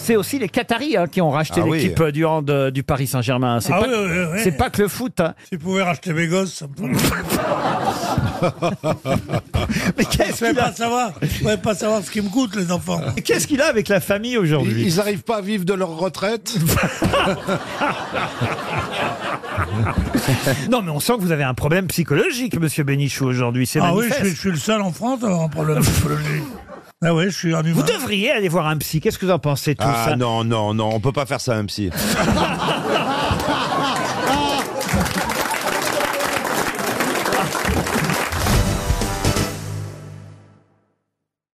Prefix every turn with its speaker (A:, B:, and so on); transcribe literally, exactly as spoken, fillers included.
A: c'est aussi les Qataris hein, qui ont racheté
B: Ah oui.
A: l'équipe euh, du hand euh, du Paris Saint-Germain. C'est
C: Ah
A: pas,
C: oui, oui, oui.
A: c'est pas que le foot. Hein.
C: Si je pouvais racheter mes gosses, ça me
A: Mais
C: Je
A: qu'est-ce
C: ne
A: qu'il a,
C: pas savoir. Je ne pas savoir ce qui me coûte, les enfants.
A: qu'est-ce qu'il a avec la famille
B: Ils
A: aujourd'hui?
B: ils arrivent pas à vivre de leur retraite.
A: Non, mais on sent que vous avez un problème psychologique, monsieur Bénichou, aujourd'hui. C'est
C: Ah oui, je
A: manifeste.
C: suis, je suis le seul en France à avoir un problème psychologique. Ah oui, je suis un humain.
A: Vous devriez aller voir un psy. Qu'est-ce que vous en pensez, tout
B: Ah
A: ça?
B: non, non, non, on peut pas faire ça, un psy.